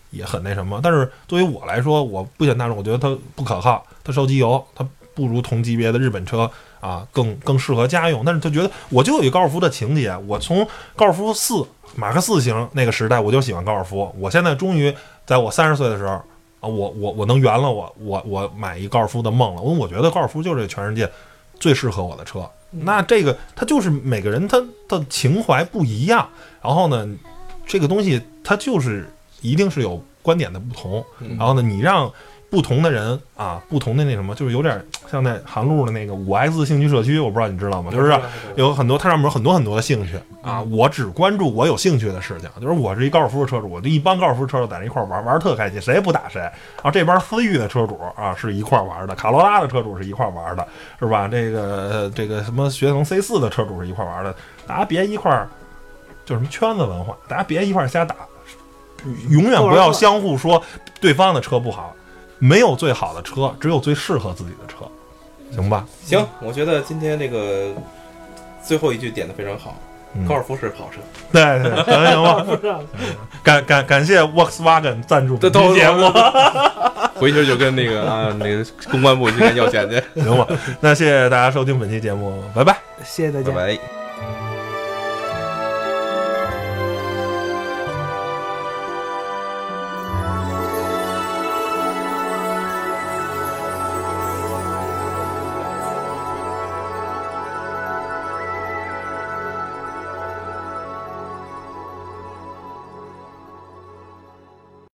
也很那什么。但是作为我来说，我不选大众，我觉得它不可靠，它烧机油，它不如同级别的日本车啊更适合家用。但是他觉得我就有一高尔夫的情节，我从高尔夫4马克4型那个时代我就喜欢高尔夫，我现在终于在我30岁的时候啊，我能圆了我买一高尔夫的梦了。因为我觉得高尔夫就是全世界最适合我的车。那这个它就是每个人他的情怀不一样，然后呢，这个东西它就是一定是有观点的不同，然后呢，你让不同的人啊，不同的那什么，就是有点像在韩路的那个5X 兴趣社区，我不知道你知道吗？就是有很多，它上面有很多的兴趣啊，我只关注我有兴趣的事情。就是我是一高尔夫的车主，我这一帮高尔夫车主在那一块玩得特开心，谁也不打谁。然后这边思域的车主啊是一块玩的，卡罗拉的车主是一块玩的，是吧？这个什么雪铁龙 C4 的车主是一块玩的，大家别一块就什么圈子文化，大家别一块瞎打，永远不要相互说对方的车不好。没有最好的车，只有最适合自己的车，行吧？ 行，我觉得今天这个最后一句点的非常好，高尔夫是好车。 对，行吧？感谢 Volkswagen 赞助本期节目， 回去就跟那个公关部去要钱去， 行吧？那谢谢大家收听本期节目，拜拜， 谢谢大家， 拜拜。